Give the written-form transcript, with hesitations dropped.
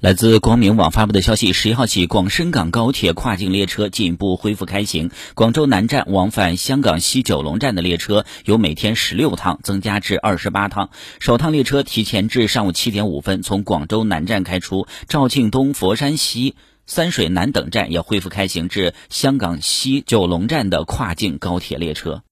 来自光明网发布的消息，11号起，广深港高铁跨境列车进一步恢复开行。广州南站往返香港西九龙站的列车由每天16趟增加至28趟。首趟列车提前至上午7点5分从广州南站开出，肇庆东、佛山西、三水南等站也恢复开行至香港西九龙站的跨境高铁列车。